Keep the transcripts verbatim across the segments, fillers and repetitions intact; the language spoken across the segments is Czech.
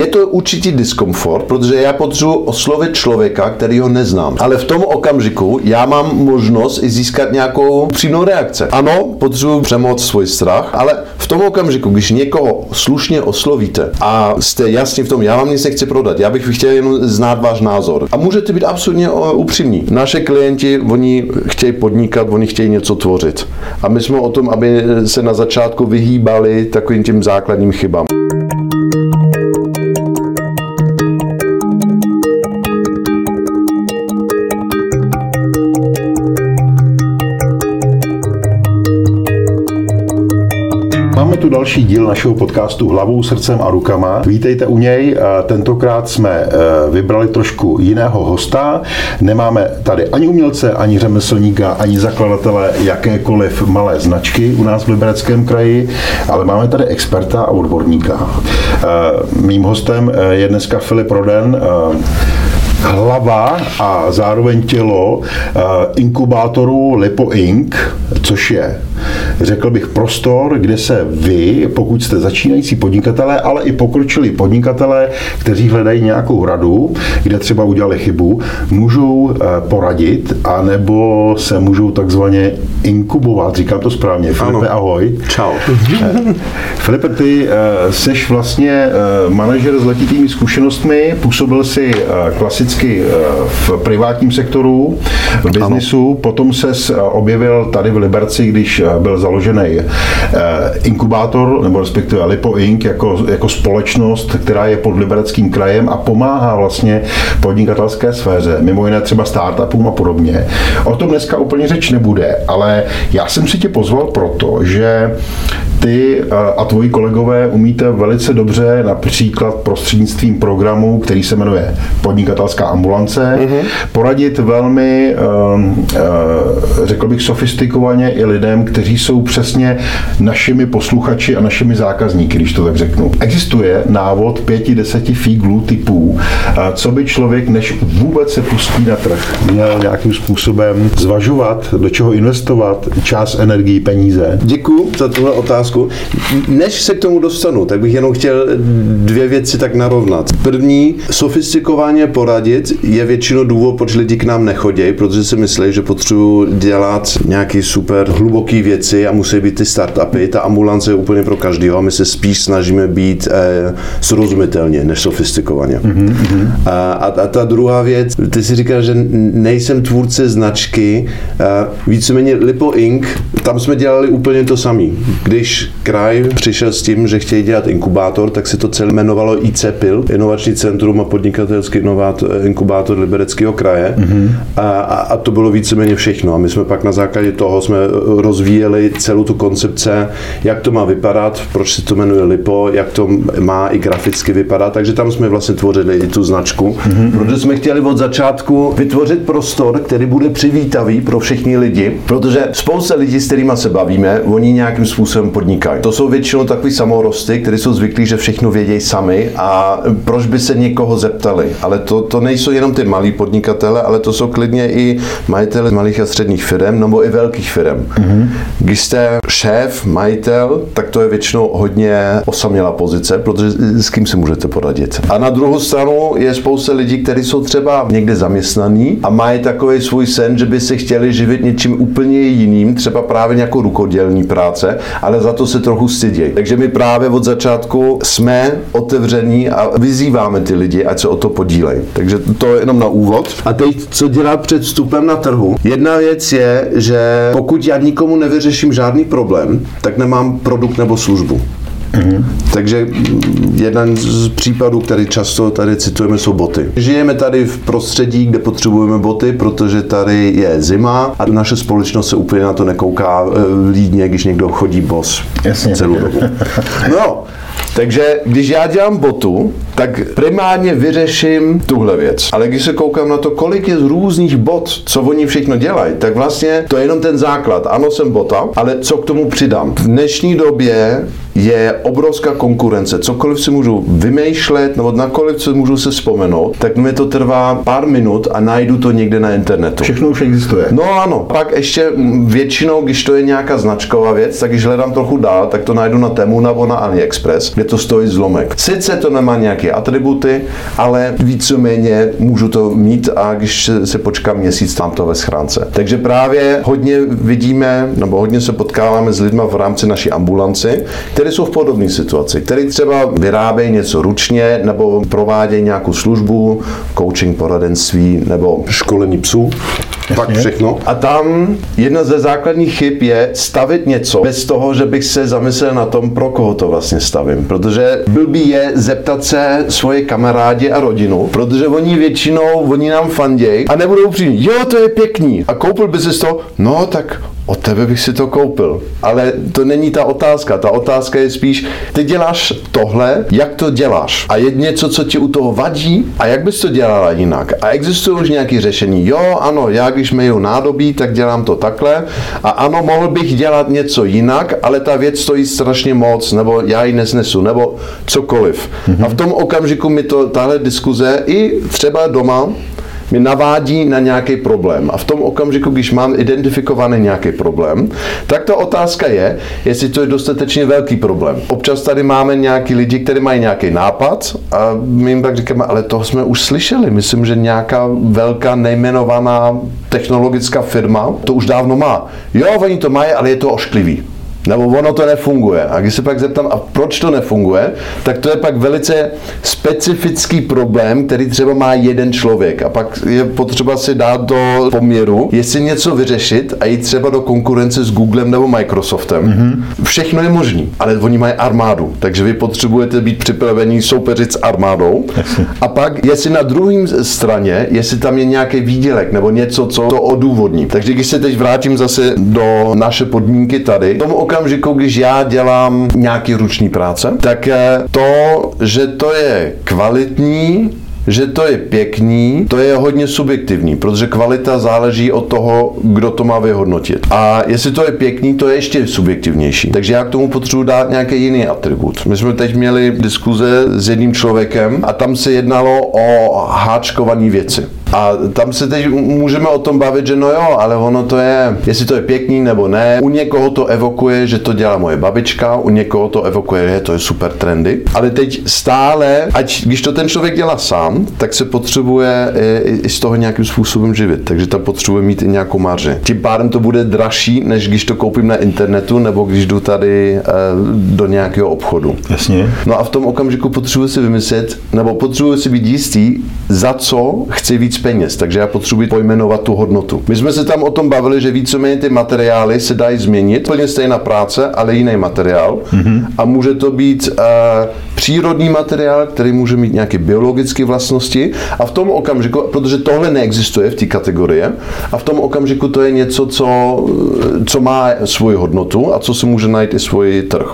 to určitý diskomfort, protože já potřebuji oslovit člověka, který ho neznám. Ale v tom okamžiku já mám možnost i získat nějakou přímou reakci. Ano, potřebuji přemoct svůj strach, ale v tom okamžiku, když někoho slušně oslovíte a jste jasně v tom, já vám nic nechci prodat, já bych chtěl jen znát váš názor. A můžete být absolutně upřímní. Naše klienti, oni chtějí podnikat, oni chtějí něco tvořit. A my jsme o tom, aby se na začátku vyhýbali takovým tím základním chybám. Máme tu další díl našeho podcastu Hlavou, srdcem a rukama. Vítejte u něj. Tentokrát jsme vybrali trošku jiného hosta. Nemáme tady ani umělce, ani řemeslníka, ani zakladatele jakékoliv malé značky u nás v Libereckém kraji, ale máme tady experta a odborníka. Mým hostem je dneska Filip Roden, hlava a zároveň tělo inkubátoru Lipo Incorporated, což je, řekl bych, prostor, kde se vy, pokud jste začínající podnikatelé, ale i pokročilí podnikatelé, kteří hledají nějakou radu, kde třeba udělali chybu, můžou poradit, anebo se můžou takzvaně inkubovat. Říkám to správně. Filipe, ahoj. Čau. Filipe, ty seš vlastně manažer s letitými zkušenostmi, působil si klasicky v privátním sektoru, v biznisu, potom ses objevil tady v Liberci, když byl založený inkubátor, nebo respektive Lipo Incorporated jako, jako společnost, která je pod Libereckým krajem a pomáhá vlastně podnikatelské sféře, mimo jiné třeba startupům a podobně. O tom dneska úplně řeč nebude, ale já jsem si tě pozval proto, že ty a tvoji kolegové umíte velice dobře například prostřednictvím programu, který se jmenuje Podnikatelská ambulance, mm-hmm. poradit velmi, řekl bych, sofistikovaně i lidem, kteří jsou přesně našimi posluchači a našimi zákazníky, když to tak řeknu. Existuje návod pěti, deseti fíglů typů, co by člověk, než vůbec se pustí na trh, měl nějakým způsobem zvažovat, do čeho investovat čas, energii, peníze. Děkuji za tuhle otázku. Než se k tomu dostanu, tak bych jenom chtěl dvě věci tak narovnat. První, sofistikovaně poradit je většinou důvod, proč lidi k nám nechodí, protože si myslí, že potřebují dělat nějaký super hluboký věci a musí být ty startupy. Ta ambulance je úplně pro každého a my se spíš snažíme být eh, srozumitelně, než sofistikovaně. Mm-hmm. A, a ta druhá věc, ty si říkal, že nejsem tvůrce značky, eh, víceméně Lipo Incorporated, tam jsme dělali úplně to samé. Když kraj přišel s tím, že chtějí dělat inkubátor, tak se to celé jmenovalo I C P I L, Inovační centrum a podnikatelský inkubátor Libereckého kraje. Mm-hmm. A, a, a to bylo víceméně všechno. A my jsme pak na základě toho jsme rozvíjeli celou tu koncepce, jak to má vypadat, proč se to jmenuje Lipo, jak to má i graficky vypadat. Takže tam jsme vlastně tvořili i tu značku, mm-hmm. protože jsme chtěli od začátku vytvořit prostor, který bude přivítavý pro všechny lidi, protože spousta lidí, s kterými se bavíme, oni nějakým způsobem podnikají. To jsou většinou takový samorosty, kteří jsou zvyklí, že všechno vědějí sami a proč by se někoho zeptali. Ale to, to nejsou jenom ty malí podnikatele, ale to jsou klidně i majitele malých a středních firm nebo i velkých firm. Mm-hmm. Když jste šéf, majitel, tak to je většinou hodně osamělá pozice, protože s kým si můžete poradit. A na druhou stranu je spousta lidí, kteří jsou třeba někde zaměstnaní a mají takový svůj sen, že by se chtěli živit něčím úplně jiným, třeba právě nějakou rukodělní práce, ale za to se trochu stydí. Takže my právě od začátku jsme otevření a vyzýváme ty lidi, ať se o to podílejí. Takže to je jenom na úvod. A teď, co dělat před vstupem na trhu? Jedna věc je, že pokud já nikomu nevyřeším žádný problém, tak nemám produkt nebo službu. Mm-hmm. Takže jeden z případů, který často tady citujeme, jsou boty. Žijeme tady v prostředí, kde potřebujeme boty, protože tady je zima a naše společnost se úplně na to nekouká lídně, když někdo chodí bos. Jasně. Celou dobu. No, takže když já dělám botu, tak primárně vyřeším tuhle věc. Ale když se koukám na to, kolik je z různých bot, co oni všechno dělají, tak vlastně to je jenom ten základ. Ano, jsem bota, ale co k tomu přidám? V dnešní době je obrovská konkurence. Cokoliv si můžu vymýšlet, nebo nakoliv si můžu se vzpomenout, tak mi to trvá pár minut a najdu to někde na internetu. Všechno už existuje. No ano. Pak ještě většinou, když to je nějaká značková věc, tak když hledám trochu dál, tak to najdu na Temu nebo na AliExpress, kde to stojí zlomek. Sice to nemá nějaký nějaké atributy, ale víceméně můžu to mít a když se počkám měsíc, mám to ve schránce. Takže právě hodně vidíme, nebo hodně se potkáváme s lidmi v rámci naší ambulanci, kteří jsou v podobné situaci, kteří třeba vyrábějí něco ručně nebo provádějí nějakou službu, coaching, poradenství nebo školení psů. Tak všechno. A tam jedna ze základních chyb je stavit něco bez toho, že bych se zamyslel na tom, pro koho to vlastně stavím. Protože blbý je zeptat se svoje kamarádi a rodinu, protože oni většinou, oni nám fandějí a nebudou upřímní. Jo, to je pěkný. A koupil by si to? No, tak od tebe bych si to koupil. Ale to není ta otázka. Ta otázka je spíš, ty děláš tohle, jak to děláš? A je něco, co ti u toho vadí? A jak bys to dělala jinak? A existují už nějaké řešení? Jo, ano, já když myju nádobí, tak dělám to takhle. A ano, mohl bych dělat něco jinak, ale ta věc stojí strašně moc, nebo já ji nesnesu, nebo cokoliv. Mm-hmm. A v tom okamžiku mi to, tahle diskuze i třeba doma mi navádí na nějaký problém. A v tom okamžiku, když mám identifikovaný nějaký problém, tak ta otázka je, jestli to je dostatečně velký problém. Občas tady máme nějaký lidi, kteří mají nějaký nápad a my jim tak říkáme, ale toho jsme už slyšeli. Myslím, že nějaká velká nejmenovaná technologická firma to už dávno má. Jo, oni to mají, ale je to ošklivý. Nebo ono to nefunguje. A když se pak zeptám, a proč to nefunguje, tak to je pak velice specifický problém, který třeba má jeden člověk. A pak je potřeba si dát do poměru, jestli něco vyřešit a jít třeba do konkurence s Googlem nebo Microsoftem. Mm-hmm. Všechno je možný, ale oni mají armádu, takže vy potřebujete být připraveni soupeřit s armádou. A pak, jestli na druhém straně, jestli tam je nějaký výdělek nebo něco, co to odůvodní. Takže když se teď vrátím zase do naše podmínky tady, tomu okamžiku, když já dělám nějaký ruční práce, tak to, že to je kvalitní, že to je pěkný, to je hodně subjektivní, protože kvalita záleží od toho, kdo to má vyhodnotit. A jestli to je pěkný, to je ještě subjektivnější. Takže já k tomu potřebuji dát nějaký jiný atribut. My jsme teď měli diskuze s jedním člověkem a tam se jednalo o háčkované věci. A tam se teď můžeme o tom bavit, že no jo, ale ono to je, jestli to je pěkný nebo ne. U někoho to evokuje, že to dělá moje babička, u někoho to evokuje, že to je super trendy. Ale teď stále, ať když to ten člověk dělá sám, tak se potřebuje i z toho nějakým způsobem živit. Takže tam potřebuje mít i nějakou marži. Tím pádem to bude dražší, než když to koupím na internetu, nebo když jdu tady do nějakého obchodu. Jasně. No a v tom okamžiku potřebuji si vymyslet, nebo potřebuji si být jistý, za co chci víc peněz. Takže já potřebuji pojmenovat tu hodnotu. My jsme se tam o tom bavili, že víceméně ty materiály se dají změnit. Plně stejná práce, ale jiný materiál. Mm-hmm. A může to být uh, přírodní materiál, který může mít nějaké biologické vlastnosti. A v tom okamžiku, protože tohle neexistuje v té kategorii, a v tom okamžiku to je něco, co, co má svoji hodnotu a co si může najít i svůj trh.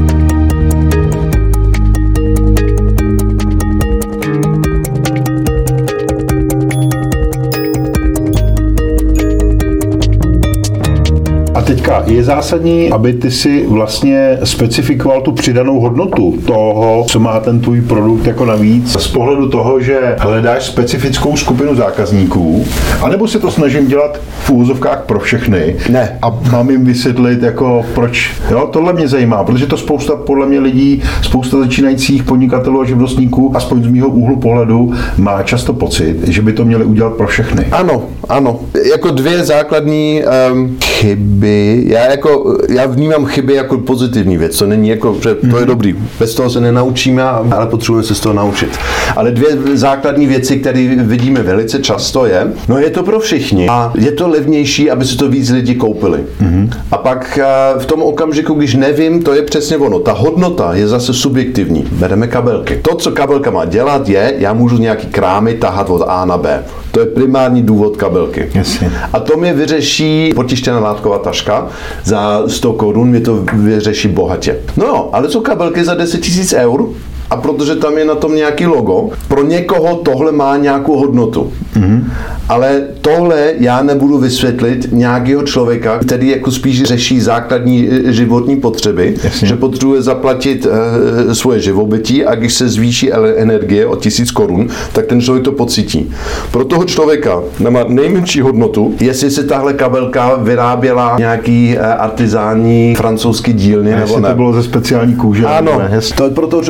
Teďka je zásadní, aby ty si vlastně specifikoval tu přidanou hodnotu toho, co má ten tvůj produkt jako navíc, z pohledu toho, že hledáš specifickou skupinu zákazníků, anebo se to snažím dělat v úvozovkách pro všechny. Ne. A mám jim vysvětlit, jako proč. Jo, tohle mě zajímá, protože to spousta podle mě lidí, spousta začínajících podnikatelů a živnostníků, aspoň z mýho úhlu pohledu, má často pocit, že by to měli udělat pro všechny. Ano, ano. Jako dvě základní um, chyby. Já jako, já vnímám chyby jako pozitivní věc, to není jako, že to je dobrý. Bez toho se nenaučíme, ale potřebujeme se z toho naučit. Ale dvě základní věci, které vidíme velice často je, no je to pro všichni a je to levnější, aby si to víc lidi koupili. Mm-hmm. A pak v tom okamžiku, když nevím, to je přesně ono. Ta hodnota je zase subjektivní. Bereme kabelky. To, co kabelka má dělat, je, já můžu nějaký krámy tahat od A na B. To je primární důvod kabelky. Jasně. A to mi vyřeší potištěná látková taška. Za sto korun mi to vyřeší bohatě. No, ale jsou kabelky za deset tisíc eur a protože tam je na tom nějaký logo, pro někoho tohle má nějakou hodnotu. Mm-hmm. Ale tohle já nebudu vysvětlit nějakého člověka, který jako spíš řeší základní životní potřeby, Jasně. že potřebuje zaplatit e, svoje živobytí a když se zvýší energie o tisíc korun, tak ten člověk to pocítí. Pro toho člověka nemá nejmenší hodnotu, jestli se tahle kabelka vyráběla nějaký e, artizání francouzský dílny nebo ne. to bylo ze speciální kůže. Ano, to pro toho člověka je úplně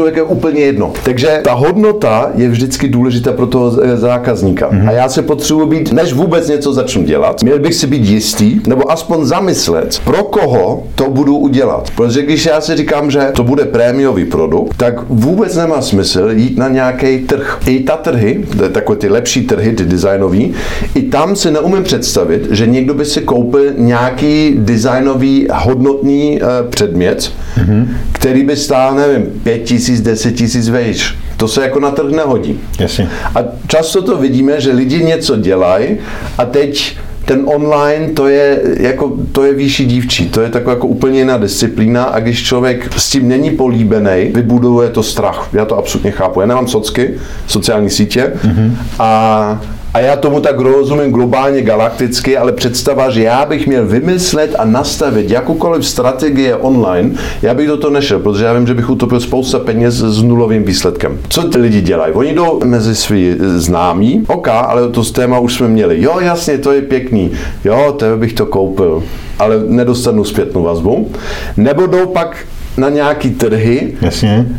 úplně jedno. Takže ta hodnota je vždycky důležitá pro toho zákazníka. Mm-hmm. A já se potřebuji být, než vůbec něco začnu dělat, měl bych si být jistý, nebo aspoň zamyslet, pro koho to budu udělat. Protože když já si říkám, že to bude prémiový produkt, tak vůbec nemá smysl jít na nějaký trh. I ta trhy, takové ty lepší trhy, ty designový, i tam si neumím představit, že někdo by si koupil nějaký designový hodnotný uh, předmět, mm-hmm. který by stál, nevím, pět tisíc, deset tisíc vejš. To se jako na trh nehodí. Jasně. A často to vidíme, že lidi něco dělají a teď ten online, to je jako, to je výši dívčí, to je taková jako úplně jiná disciplína a když člověk s tím není políbený, vybuduje to strach. Já to absolutně chápu. Já nemám socky, sociální sítě mm-hmm. a A já tomu tak rozumím globálně, galakticky, ale představa, že já bych měl vymyslet a nastavit jakoukoliv strategie online, já bych do toho nešel, protože já vím, že bych utopil spousta peněz s nulovým výsledkem. Co ty lidi dělají? Oni jdou mezi svý známí, ok, ale to z téma už jsme měli. Jo, jasně, to je pěkný. Jo, tebe bych to koupil, ale nedostanu zpětnou vazbu. Nebo jdou pak na nějaký trhy, jasně.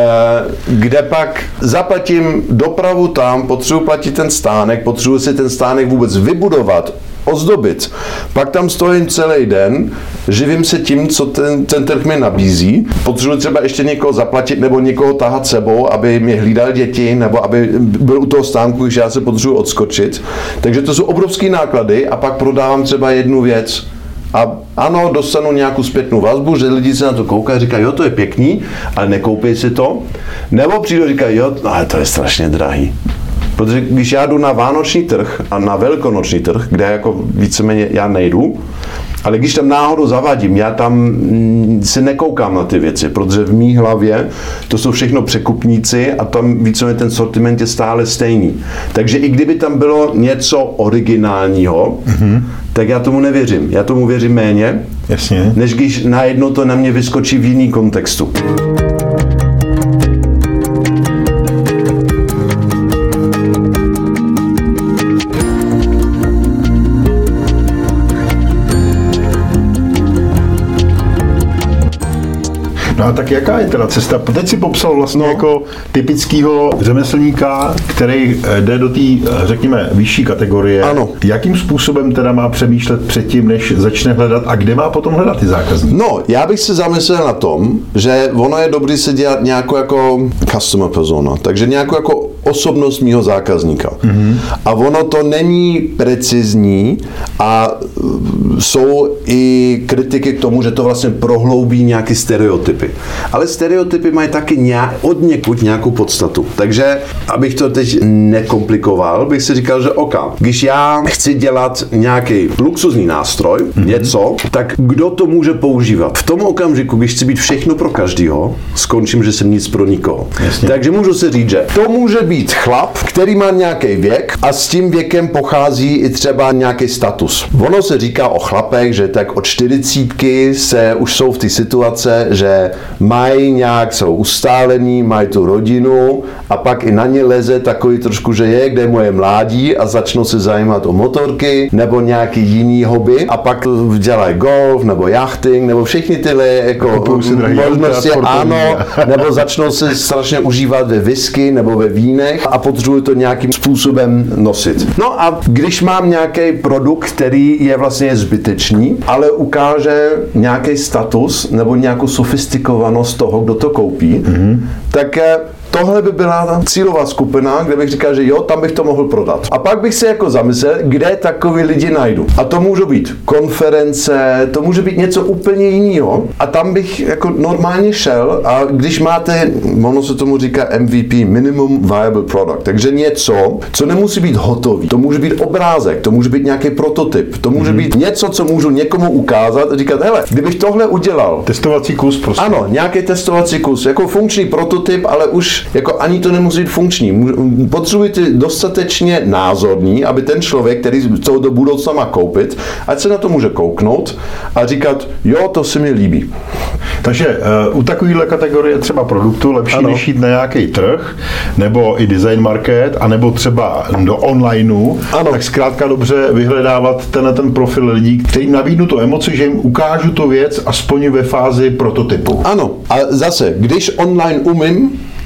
kde pak zaplatím dopravu tam, potřebuji platit ten stánek, potřebuji si ten stánek vůbec vybudovat, ozdobit. Pak tam stojím celý den, živím se tím, co ten, ten trh mi nabízí. Potřebuji třeba ještě někoho zaplatit nebo někoho tahat sebou, aby mě hlídal děti nebo aby byl u toho stánku, když já se potřebuji odskočit. Takže to jsou obrovské náklady a pak prodávám třeba jednu věc. A ano, dostanu nějakou zpětnou vazbu, že lidi se na to koukají a říkají, jo, to je pěkný, ale nekoupí si to. Nebo přijdu a říkají, jo, ale to je strašně drahý. Protože když já jdu na vánoční trh a na velkonoční trh, kde jako víceméně já nejdu, ale když tam náhodou zavadím, já tam se nekoukám na ty věci, protože v mý hlavě to jsou všechno překupníci a tam víceméně ten sortiment je stále stejný. Takže i kdyby tam bylo něco originálního, mm-hmm. tak já tomu nevěřím. Já tomu věřím méně, jasně. než když najednou to na mě vyskočí v jiný kontextu. No a tak jaká je teda cesta? Teď si popsal vlastně no. jako typického řemeslníka, který jde do té, řekněme, vyšší kategorie. Ano. Jakým způsobem teda má přemýšlet předtím, než začne hledat a kde má potom hledat ty zákazníky? No, já bych se zamyslel na tom, že ono je dobrý se dělat nějakou jako customer persona, takže nějakou jako osobnost mýho zákazníka. Mm-hmm. A ono to není precizní a jsou i kritiky k tomu, že to vlastně prohloubí nějaké stereotypy. Ale stereotypy mají taky nějak, od někud nějakou podstatu. Takže, abych to teď nekomplikoval, bych si říkal, že OK, když já chci dělat nějaký luxusní nástroj, mm-hmm. něco, tak kdo to může používat? V tom okamžiku, když chci být všechno pro každýho, skončím, že jsem nic pro nikoho. Jasně. Takže můžu si říct, že to může být chlap, který má nějaký věk a s tím věkem pochází i třeba nějaký status. Ono se říká o chlapech, že tak od čtyřicítky se už jsou v té situace, že mají nějak, jsou ustálení, mají tu rodinu a pak i na ně leze takový trošku, že je, kde je moje mládí a začnou se zajímat o motorky nebo nějaký jiný hobby a pak dělají golf nebo jachting nebo všechny tyhle jako možnosti, ano, nebo začnou se strašně užívat ve whisky nebo ve vínech a potřebuji to nějakým způsobem nosit. No a když mám nějaký produkt, který je vlastně zbytečný, ale ukáže nějaký status nebo nějakou sofistikovanost toho, kdo to koupí, mm-hmm. tak tohle by byla cílová skupina, kde bych říkal, že jo, tam bych to mohl prodat. A pak bych se jako zamyslel, kde takový lidi najdu. A to můžou být konference, to může být něco úplně jiného. A tam bych jako normálně šel a když máte, ono se tomu říká M V P, Minimum Viable Product, takže něco, co nemusí být hotový. To může být obrázek, to může být nějaký prototyp, to může mm-hmm. být něco, co můžu někomu ukázat a říkat, hele, kdybych tohle udělal. Testovací kus prostě. Ano, nějaký testovací kus, jako funkční prototyp, ale už jako ani to nemusí být funkční. Potřebujete dostatečně názorný, aby ten člověk, který to do budoucna má koupit, ať se na to může kouknout a říkat, jo, to se mi líbí. Takže uh, u takovéhle kategorie třeba produktu lepší, ano. než jít na nějaký trh, nebo i design market, anebo třeba do onlineu, ano. tak zkrátka dobře vyhledávat tenhle ten profil lidí, kterým nabídnu tu emoci, že jim ukážu tu věc aspoň ve fázi prototypu. Ano, a zase, když online umím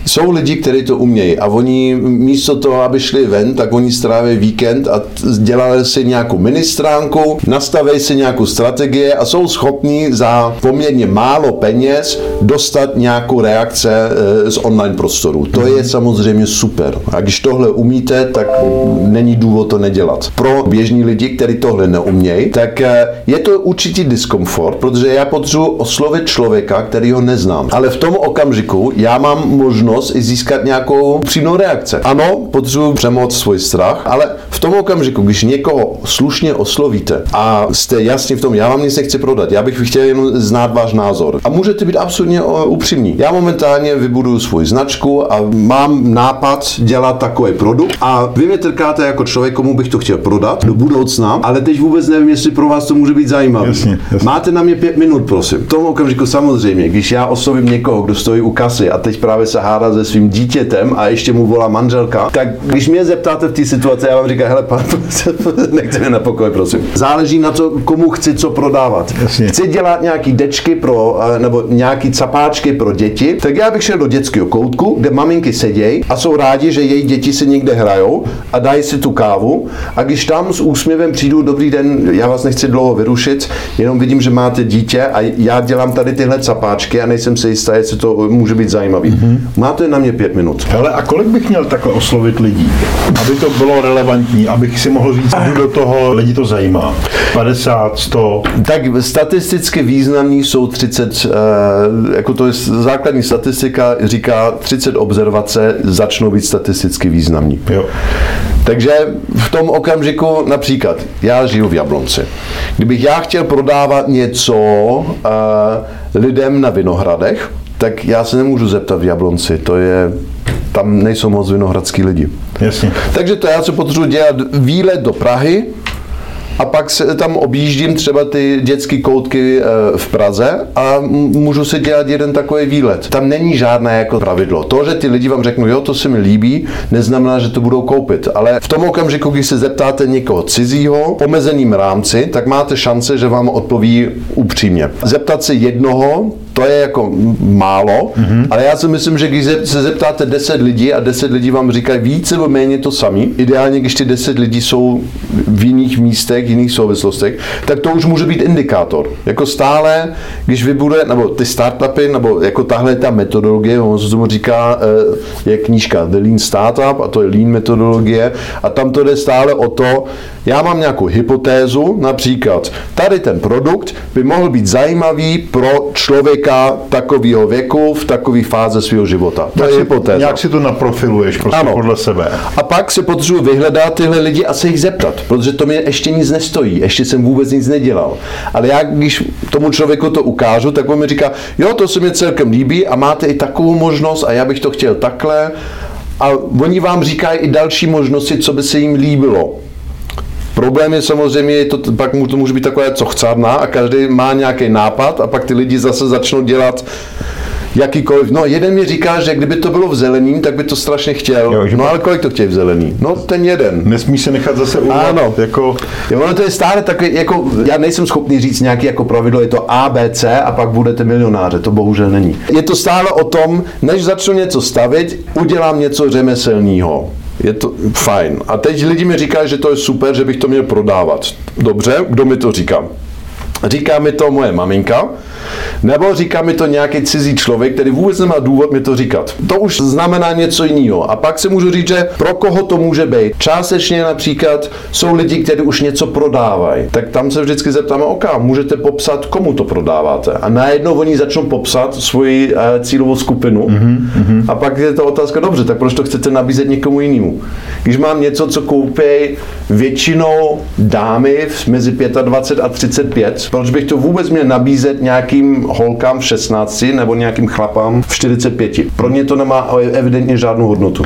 Jsou lidi, kteří to umějí a oni místo toho, aby šli ven, tak oni stráví víkend a dělali si nějakou mini stránku, nastaví si nějakou strategii a jsou schopní za poměrně málo peněz dostat nějakou reakce z online prostoru. To je samozřejmě super. A když tohle umíte, tak není důvod to nedělat. Pro běžní lidi, kteří tohle neumějí, tak je to určitý diskomfort, protože já potřebuji oslovit člověka, který ho neznám. Ale v tom okamžiku já mám možnost i získat nějakou přímou reakci. Ano, potřebuji přemoct svůj strach, ale v tom okamžiku, když někoho slušně oslovíte a jste jasně v tom, já vám nic nechci prodat, já bych chtěl jenom znát váš názor. A můžete být absolutně upřímní. Já momentálně vybuduju svou značku a mám nápad dělat takový produkt a vy mě trkáte jako člověk, komu bych to chtěl prodat do budoucna, ale teď vůbec nevím, jestli pro vás to může být zajímavé. Jasně, jasně. Máte na mě pět minut, prosím. V tom okamžiku samozřejmě, když já oslovím někoho, kdo stojí u kasy a teď právě se hádá se svým dítětem a ještě mu volá manželka, tak když mě zeptáte v té situaci, já vám říkám, hele, pan, nechte mě na pokoj, prosím. Záleží na to, komu chci co prodávat. Jasně. Chci dělat nějaký dečky pro, nebo nějaký capáčky pro děti, tak já bych šel do dětského koutku, kde maminky sedějí a jsou rádi, že její děti si někde hrajou a dají si tu kávu a když tam s úsměvem přijdu, dobrý den, já vás nechci dlouho vyrušit, jenom vidím, že máte dítě a já dělám tady tyhle capáčky a nejsem si jistá, jestli to může být zajímavý. Mm-hmm. Máte na mě pět minut. Hele, a kolik bych měl takhle oslovit lidí, aby to bylo relevantní, abych si mohl říct, že do toho lidi to zajímá? padesát, sto? Tak statisticky významní jsou třicet, jako to je základní statistika, říká třicet observace začnou být statisticky významní. Jo. Takže v tom okamžiku například, já žiju v Jablonci. Kdybych já chtěl prodávat něco uh, lidem na Vinohradech, tak já se nemůžu zeptat v Jablonci, to je, tam nejsou moc vinohradský lidi. Jasně. Takže to já se potřebuji dělat výlet do Prahy, a pak se tam objíždím třeba ty dětské koutky v Praze a můžu si dělat jeden takový výlet. Tam není žádné jako pravidlo. To, že ty lidi vám řeknou, jo, to se mi líbí, neznamená, že to budou koupit. Ale v tom okamžiku, když se zeptáte někoho cizího v omezeným rámci, tak máte šance, že vám odpoví upřímně. Zeptat se jednoho, to je jako málo, mm-hmm. ale já si myslím, že když se zeptáte deset lidí a deset lidí vám říkají více nebo méně to samý, ideálně, když ty deset lidí jsou v jiných místech, v jiných souvislostech, tak to už může být indikátor. Jako stále, když vybude, nebo ty startupy, nebo jako tahle ta metodologie, on se tomu říká, je knížka The Lean Startup a to je Lean metodologie a tam to jde stále o to, já mám nějakou hypotézu, například tady ten produkt by mohl být zajímavý pro člověka takového věku v takové fáze svého života. To jak je hypotéza. Nějak si to naprofiluješ prostě ano. podle sebe. A pak se potřebuji vyhledat tyhle lidi a se jich zeptat, protože to mě ještě nic nestojí, ještě jsem vůbec nic nedělal. Ale já, když tomu člověku to ukážu, tak on mi říká, jo, to se mi celkem líbí a máte i takovou možnost a já bych to chtěl takhle. A oni vám říkají i další možnosti, co by se jim líbilo. Problém je samozřejmě, to, pak to může být takové cochcárna a každý má nějaký nápad a pak ty lidi zase začnou dělat jakýkoliv. No jeden mi říká, že kdyby to bylo v zeleným, tak by to strašně chtěl. Jo, no ale kolik to chtějí v zelený? No ten jeden. Nesmí se nechat zase uvat. Ano. Jako... Jo, ono to je stále takový, jako, já nejsem schopný říct nějaký jako pravidlo, je to A, B, C a pak budete milionáře, to bohužel není. Je to stále o tom, než začnu něco stavit, udělám něco řemeslného. Je to fajn. A teď lidi mi říkají, že to je super, že bych to měl prodávat. Dobře, kdo mi to říká? Říká mi to moje maminka, nebo říká mi to nějaký cizí člověk, který vůbec nemá důvod mi to říkat. To už znamená něco jiného. A pak si můžu říct, že pro koho to může být. Částečně například jsou lidi, kteří už něco prodávají. Tak tam se vždycky zeptáme, OK, můžete popsat, komu to prodáváte. A najednou oni začnou popsat svoji uh, cílovou skupinu. Mm-hmm. A pak je to otázka, dobře, tak proč to chcete nabízet někomu jinému? Když mám něco, co koupí většinou dámy mezi dvacet pět a třicet pět, proč bych to vůbec měl nabízet nějakým holkám v šestnácti nebo nějakým chlapám v čtyřicet pěti? Pro mě to nemá evidentně žádnou hodnotu.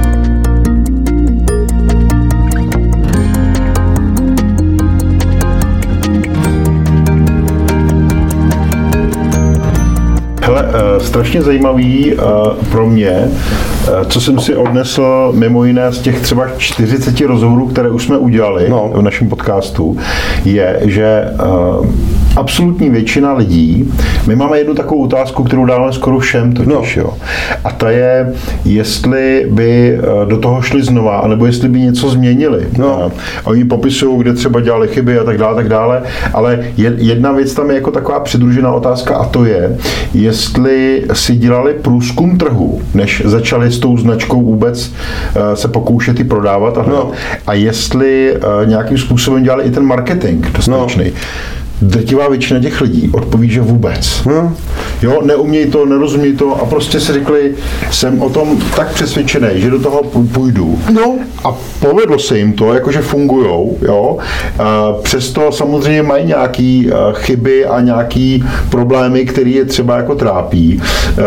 Hele, strašně zajímavý pro mě, co jsem si odnesl mimo jiné z těch třeba čtyřiceti rozhovorů, které už jsme udělali no. v našem podcastu, je, že absolutní většina lidí, my máme jednu takovou otázku, kterou dáváme skoro všem totiž, no. jo. A ta je, jestli by do toho šli znova, anebo jestli by něco změnili. No. A oni popisují, kde třeba dělali chyby a tak dále, tak dále, ale jedna věc tam je jako taková přidružená otázka a to je, jestli si dělali průzkum trhu, než začali s tou značkou vůbec se pokoušet ji prodávat a, no. a jestli nějakým způsobem dělali i ten marketing dostatečný. No. Drtivá většina těch lidí odpoví, že vůbec. Hmm. Jo, neumějí to, nerozumějí to a prostě si řekli, jsem o tom tak přesvědčený, že do toho půjdu. No. A povedlo se jim to, jakože fungujou, jo. A přesto samozřejmě mají nějaký chyby a nějaký problémy, které je třeba jako trápí.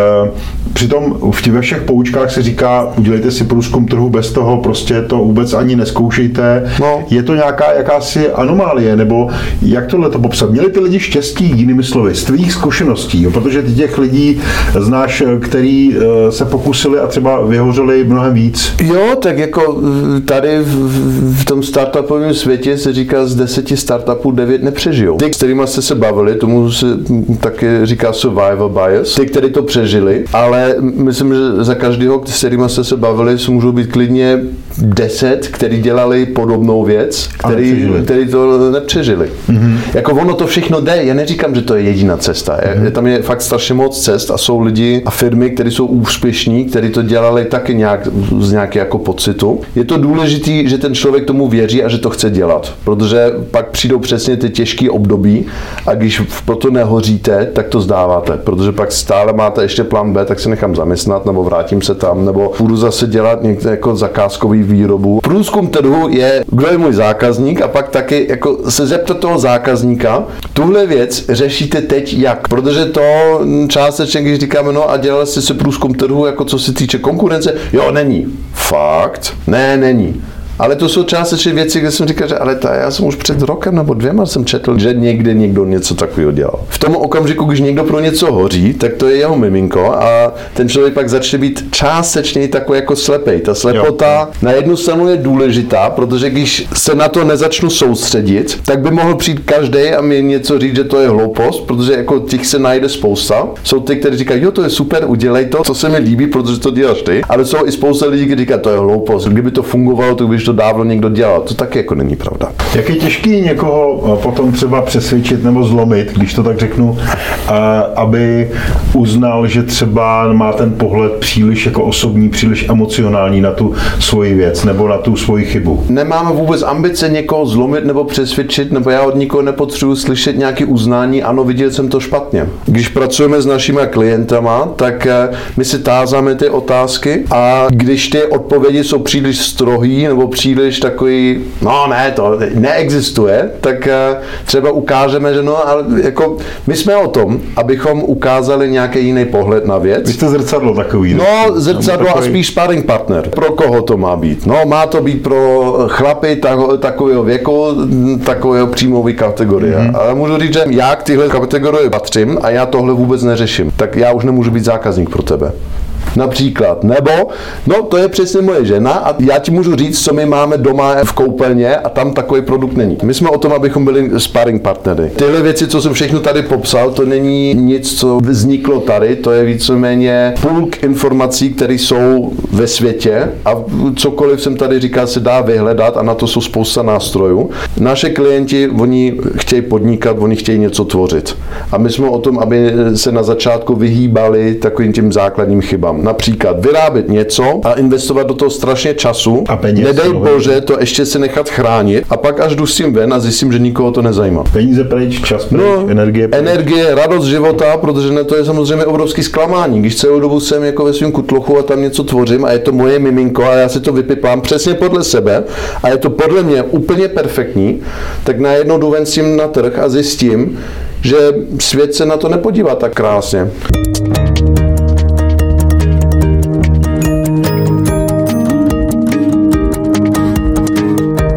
Přitom v těch všech poučkách se říká, udělejte si průzkum trhu bez toho, prostě to vůbec ani neskoušejte. No. Je to nějaká jakási anomálie, nebo jak tohle to popsat? Měli ty lidi štěstí, jinými slovy, z tvých zkušeností, jo? Protože ty těch lidí znáš, který se pokusili a třeba vyhořeli mnohem víc. Jo, tak jako tady v, v tom startupovém světě se říká, z deseti startupů devět nepřežijou. Ty, s kterými jste se bavili, tomu se taky říká survival bias, ty, kteří to přežili, ale myslím, že za každého, s kterými jste se bavili, se můžou být klidně deset, kteří dělali podobnou věc, který, který to nepřežili. Mm-hmm. Jako ono to všechno jde, já neříkám, že to je jediná cesta. Je, mm-hmm. Tam je fakt strašně moc cest a jsou lidi a firmy, kteří jsou úspěšní, kteří to dělali taky nějak, z nějaké jako pocitu. Je to důležité, že ten člověk tomu věří a že to chce dělat, protože pak přijdou přesně ty těžké období a když proto nehoříte, tak to zdáváte, protože pak stále máte ještě plán B, tak se nechám zaměstnat, nebo vrátím se tam, nebo budu zase dělat někde jako zakázkový výrobu. Průzkum trhu je, kdo je můj zákazník a pak taky jako se zeptat toho zákazníka, tuhle věc řešíte teď jak, protože to částečně, když říkáme, no a dělali jste si průzkum trhu, jako co se týče konkurence, jo, není. Fakt? Ne, není. Ale to jsou částečně věci, kde jsem říkal, že ale ta, já jsem už před rokem nebo dvěma jsem četl, že někde někdo něco takového dělal. V tom okamžiku, když někdo pro něco hoří, tak to je jeho miminko a ten člověk pak začne být částečně takový jako slepej. Ta slepota jo. na jednu stranu je důležitá, protože když se na to nezačnu soustředit, tak by mohl přijít každý a mi něco říct, že to je hloupost, protože jako těch se najde spousta. Jsou ty, kteří říkají, jo, to je super, udělej to, co se mi líbí, protože to děláš ty, ale jsou i spousta lidí, kteří říkají, to je hloupost, kdyby to fungovalo, tak by to dávno někdo dělal. To taky jako není pravda. Jak je těžký někoho potom třeba přesvědčit nebo zlomit, když to tak řeknu, aby uznal, že třeba má ten pohled příliš jako osobní, příliš emocionální na tu svoji věc nebo na tu svoji chybu. Nemáme vůbec ambice někoho zlomit nebo přesvědčit, nebo já od nikoho nepotřebuji slyšet nějaké uznání, ano, viděl jsem to špatně. Když pracujeme s našimi klientama, tak my si tázáme ty otázky a když ty odpovědi jsou příliš strohý nebo příliš takový, no ne, to neexistuje, tak třeba ukážeme, že no, ale jako my jsme o tom, abychom ukázali nějaký jiný pohled na věc. Vy jste zrcadlo takový. No, zrcadlo takový... a spíš sparring partner. Pro koho to má být? No, má to být pro chlapy takového věku, takového příjmové kategorie. Mm-hmm. Ale můžu říct, že já k tyhle kategorii patřím a já tohle vůbec neřeším. Tak já už nemůžu být zákazník pro tebe. Například, nebo, no to je přesně moje žena a já ti můžu říct, co my máme doma v koupelně a tam takový produkt není. My jsme o tom, abychom byli sparring partnery. Tyhle věci, co jsem všechno tady popsal, to není nic, co vzniklo tady, to je víceméně půlk informací, které jsou ve světě a cokoliv jsem tady říkal, se dá vyhledat a na to jsou spousta nástrojů. Naše klienti, oni chtějí podnikat, oni chtějí něco tvořit. A my jsme o tom, aby se na začátku vyhýbali takovým tím základním chybám. Například vyrábět něco a investovat do toho strašně času. A peněz. Nedej bože, to ještě se nechat chránit a pak až jdu s tím ven a zjistím, že nikoho to nezajímá. Peníze pryč, čas pryč, no, energie pryč. Energie, radost života, protože ne, to je samozřejmě obrovský zklamání. Když celou dobu jsem jako ve svém kutlochu a tam něco tvořím a je to moje miminko a já si to vypiplám přesně podle sebe a je to podle mě úplně perfektní, tak najednou jdu ven s tím na trh a zjistím, že svět se na to nepodívá tak krásně.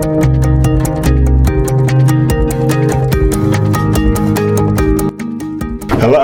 Hele, a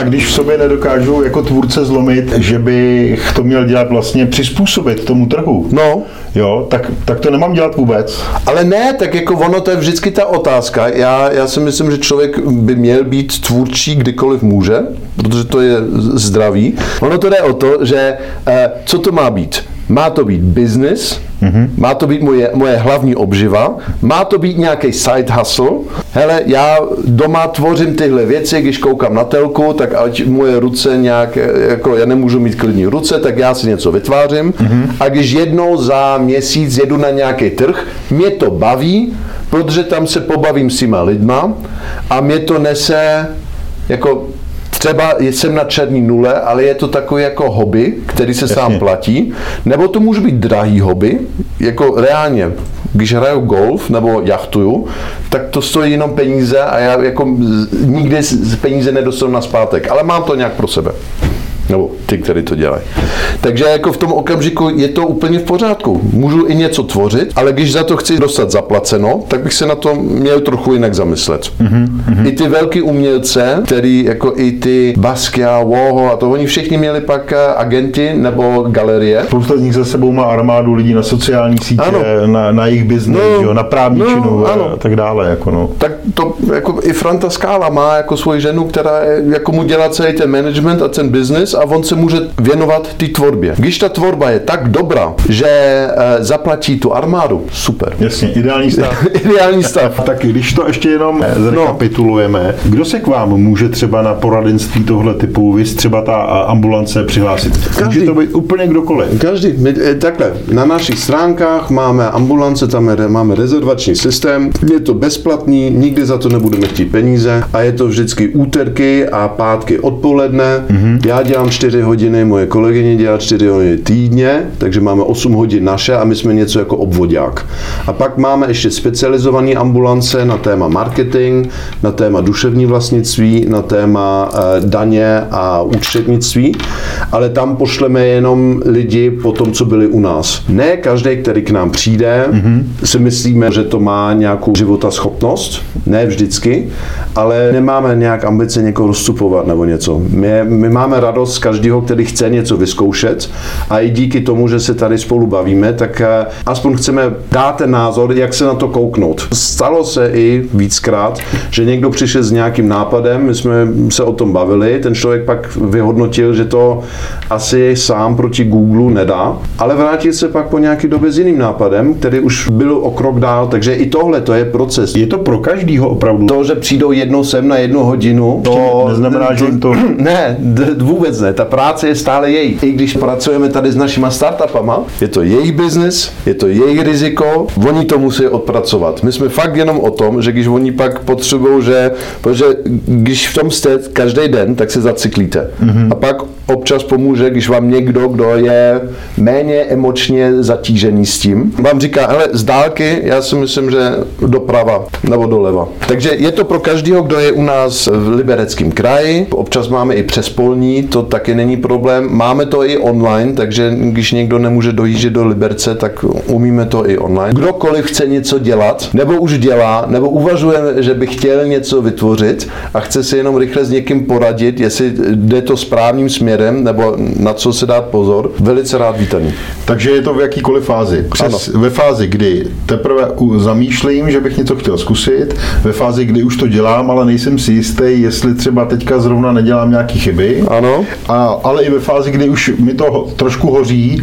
když v sobě nedokážu jako tvůrce zlomit, že bych to měl dělat vlastně přizpůsobit tomu trhu, no. jo, tak, tak to nemám dělat vůbec. Ale ne, tak jako ono, to je vždycky ta otázka. Já, já si myslím, že člověk by měl být tvůrčí kdykoliv může, protože to je zdravý. Ono to jde o to, že eh, co to má být? Má to být business, mm-hmm. má to být moje, moje hlavní obživa, má to být nějaký side hustle. Hele, já doma tvořím tyhle věci, když koukám na telku, tak ať moje ruce nějak, jako já nemůžu mít klidní ruce, tak já si něco vytvářím. Mm-hmm. A když jednou za měsíc jedu na nějaký trh, mě to baví, protože tam se pobavím s těma lidma a mě to nese jako třeba jsem na černý nule, ale je to takový jako hobby, který se Jasně. sám platí, nebo to může být drahý hobby, jako reálně, když hraju golf nebo jachtuju, tak to stojí jenom peníze a já jako nikdy peníze nedostanu nazpátek, ale mám to nějak pro sebe. Nebo ty, kteří to dělají. Takže jako v tom okamžiku je to úplně v pořádku. Můžu i něco tvořit, ale když za to chci dostat zaplaceno, tak bych se na to měl trochu jinak zamyslet. Mm-hmm. I ty velký umělce, který jako i ty Basquiat, Warhol a to, oni všichni měli pak agenty nebo galerie. Spousta z nich za sebou má armádu lidí na sociální sítě, na, na jejich biznes, no, na právničinu no, a tak dále. Jako no. Tak to jako i Franta Skála má jako svoji ženu, která jako mu dělá celý ten management a ten business a on se může věnovat té tvorbě. Když ta tvorba je tak dobrá, že e, zaplatí tu armádu, super. Jasně, ideální stav. Ideální stav. Tak když to ještě jenom zrekapitulujeme, no. Kdo se k vám může třeba na poradenství tohle typu, vy třeba ta ambulance přihlásit? Každý. Může to být úplně kdokoliv. Každý. My, takhle, na našich stránkách máme ambulance, tam je, máme rezervační systém, je to bezplatný, nikdy za to nebudeme chtít peníze a je to vždycky úterky a pátky odpoledne. Mm-hmm. Já dělám čtyři hodiny, moje kolegyně dělá čtyři hodiny týdně, takže máme osm hodin naše a my jsme něco jako obvodák. A pak máme ještě specializované ambulance na téma marketing, na téma duševní vlastnictví, na téma eh, daně a účetnictví, ale tam pošleme jenom lidi po tom, co byli u nás. Ne každý, který k nám přijde, mm-hmm. si myslíme, že to má nějakou životaschopnost, ne vždycky, ale nemáme nějak ambice někoho rozcupovat nebo něco. My, my máme radost z každého, který chce něco vyzkoušet a i díky tomu, že se tady spolu bavíme, tak aspoň chceme dát ten názor, jak se na to kouknout. Stalo se i víckrát, že někdo přišel s nějakým nápadem, my jsme se o tom bavili, ten člověk pak vyhodnotil, že to asi sám proti Google nedá, ale vrátil se pak po nějaké době s jiným nápadem, který už byl o krok dál, takže i tohle to je proces. Je to pro každýho opravdu? To, že přijdou jednou sem na jednu hodinu, to neznamená, že jim to... Ne, vůbec ne, ta práce je stále její. I když pracujeme tady s našima startupama, je to jejich biznis, je to jejich riziko, oni to musí odpracovat. My jsme fakt jenom o tom, že když oni pak potřebují, že, protože když v tom jste každý den, tak se zacyklíte. Mm-hmm. A pak občas pomůže, když vám někdo, kdo je méně emočně zatížený s tím, vám říká, hele, z dálky, já si myslím, že doprava nebo doleva. Takže je to pro každého, kdo je u nás v Libereckém kraji, občas máme i přespolní, to taky není problém, máme to i online, takže když někdo nemůže dojíždět do Liberce, tak umíme to i online. Kdokoliv chce něco dělat, nebo už dělá, nebo uvažuje, že by chtěl něco vytvořit a chce si jenom rychle s někým poradit, jestli jde to správným směrem, nebo na co se dát pozor, velice rád vítaný. Takže je to v jakýkoliv fázi. Přes, ve fázi, kdy teprve zamýšlím, že bych něco chtěl zkusit, ve fázi, kdy už to dělám, ale nejsem si jistý, jestli třeba teďka zrovna nedělám nějaký chyby. Ano. A, ale i ve fázi, kdy už mi to trošku hoří,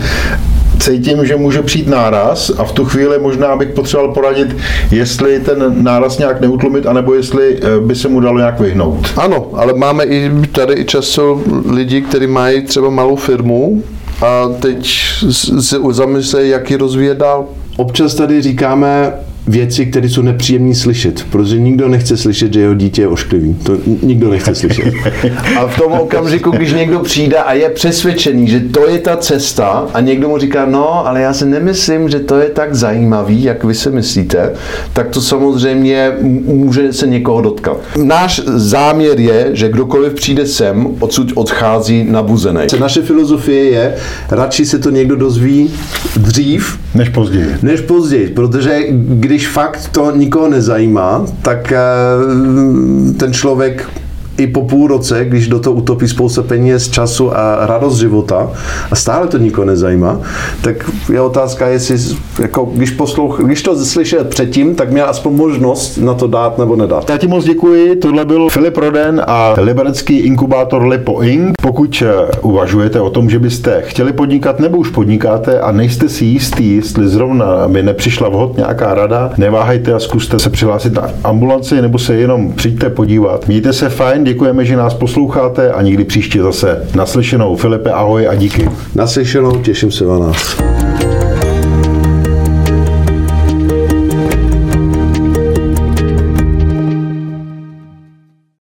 cítím, že může přijít náraz a v tu chvíli možná bych potřeboval poradit, jestli ten náraz nějak neutlumit, anebo jestli by se mu dalo nějak vyhnout. Ano, ale máme i tady i často lidi, kteří mají třeba malou firmu a teď se zamyslejí, jak ji rozvíjet dál. Občas tady říkáme věci, které jsou nepříjemné slyšet, protože nikdo nechce slyšet, že jeho dítě je ošklivý. To nikdo nechce slyšet. A v tom okamžiku, když někdo přijde a je přesvědčený, že to je ta cesta a někdo mu říká, no, ale já si nemyslím, že to je tak zajímavý, jak vy si myslíte, tak to samozřejmě může se někoho dotkat. Náš záměr je, že kdokoliv přijde sem, odsud odchází nabuzený. Naše filozofie je, radši se to někdo dozví dřív, než později. Než později, protože když fakt to nikoho nezajímá, tak ten člověk i po půl roce, když do toho utopí spousta peněz, času a radost života a stále to nikoho nezajímá, tak je otázka, jestli, jako, když, poslouch, když to slyšel předtím, tak měl aspoň možnost na to dát nebo nedat. Já ti moc děkuji, tohle byl Filip Roden a liberecký inkubátor Lipo Inc. Pokud uvažujete o tom, že byste chtěli podnikat nebo už podnikáte a nejste si jistý, jestli zrovna by nepřišla vhod nějaká rada, neváhejte a zkuste se přihlásit na ambulanci nebo se jenom přijďte podívat. Mějte se fajn, děkujeme, že nás posloucháte a nikdy příště zase naslyšenou. Filipe, ahoj a díky. Naslyšenou, těším se na nás.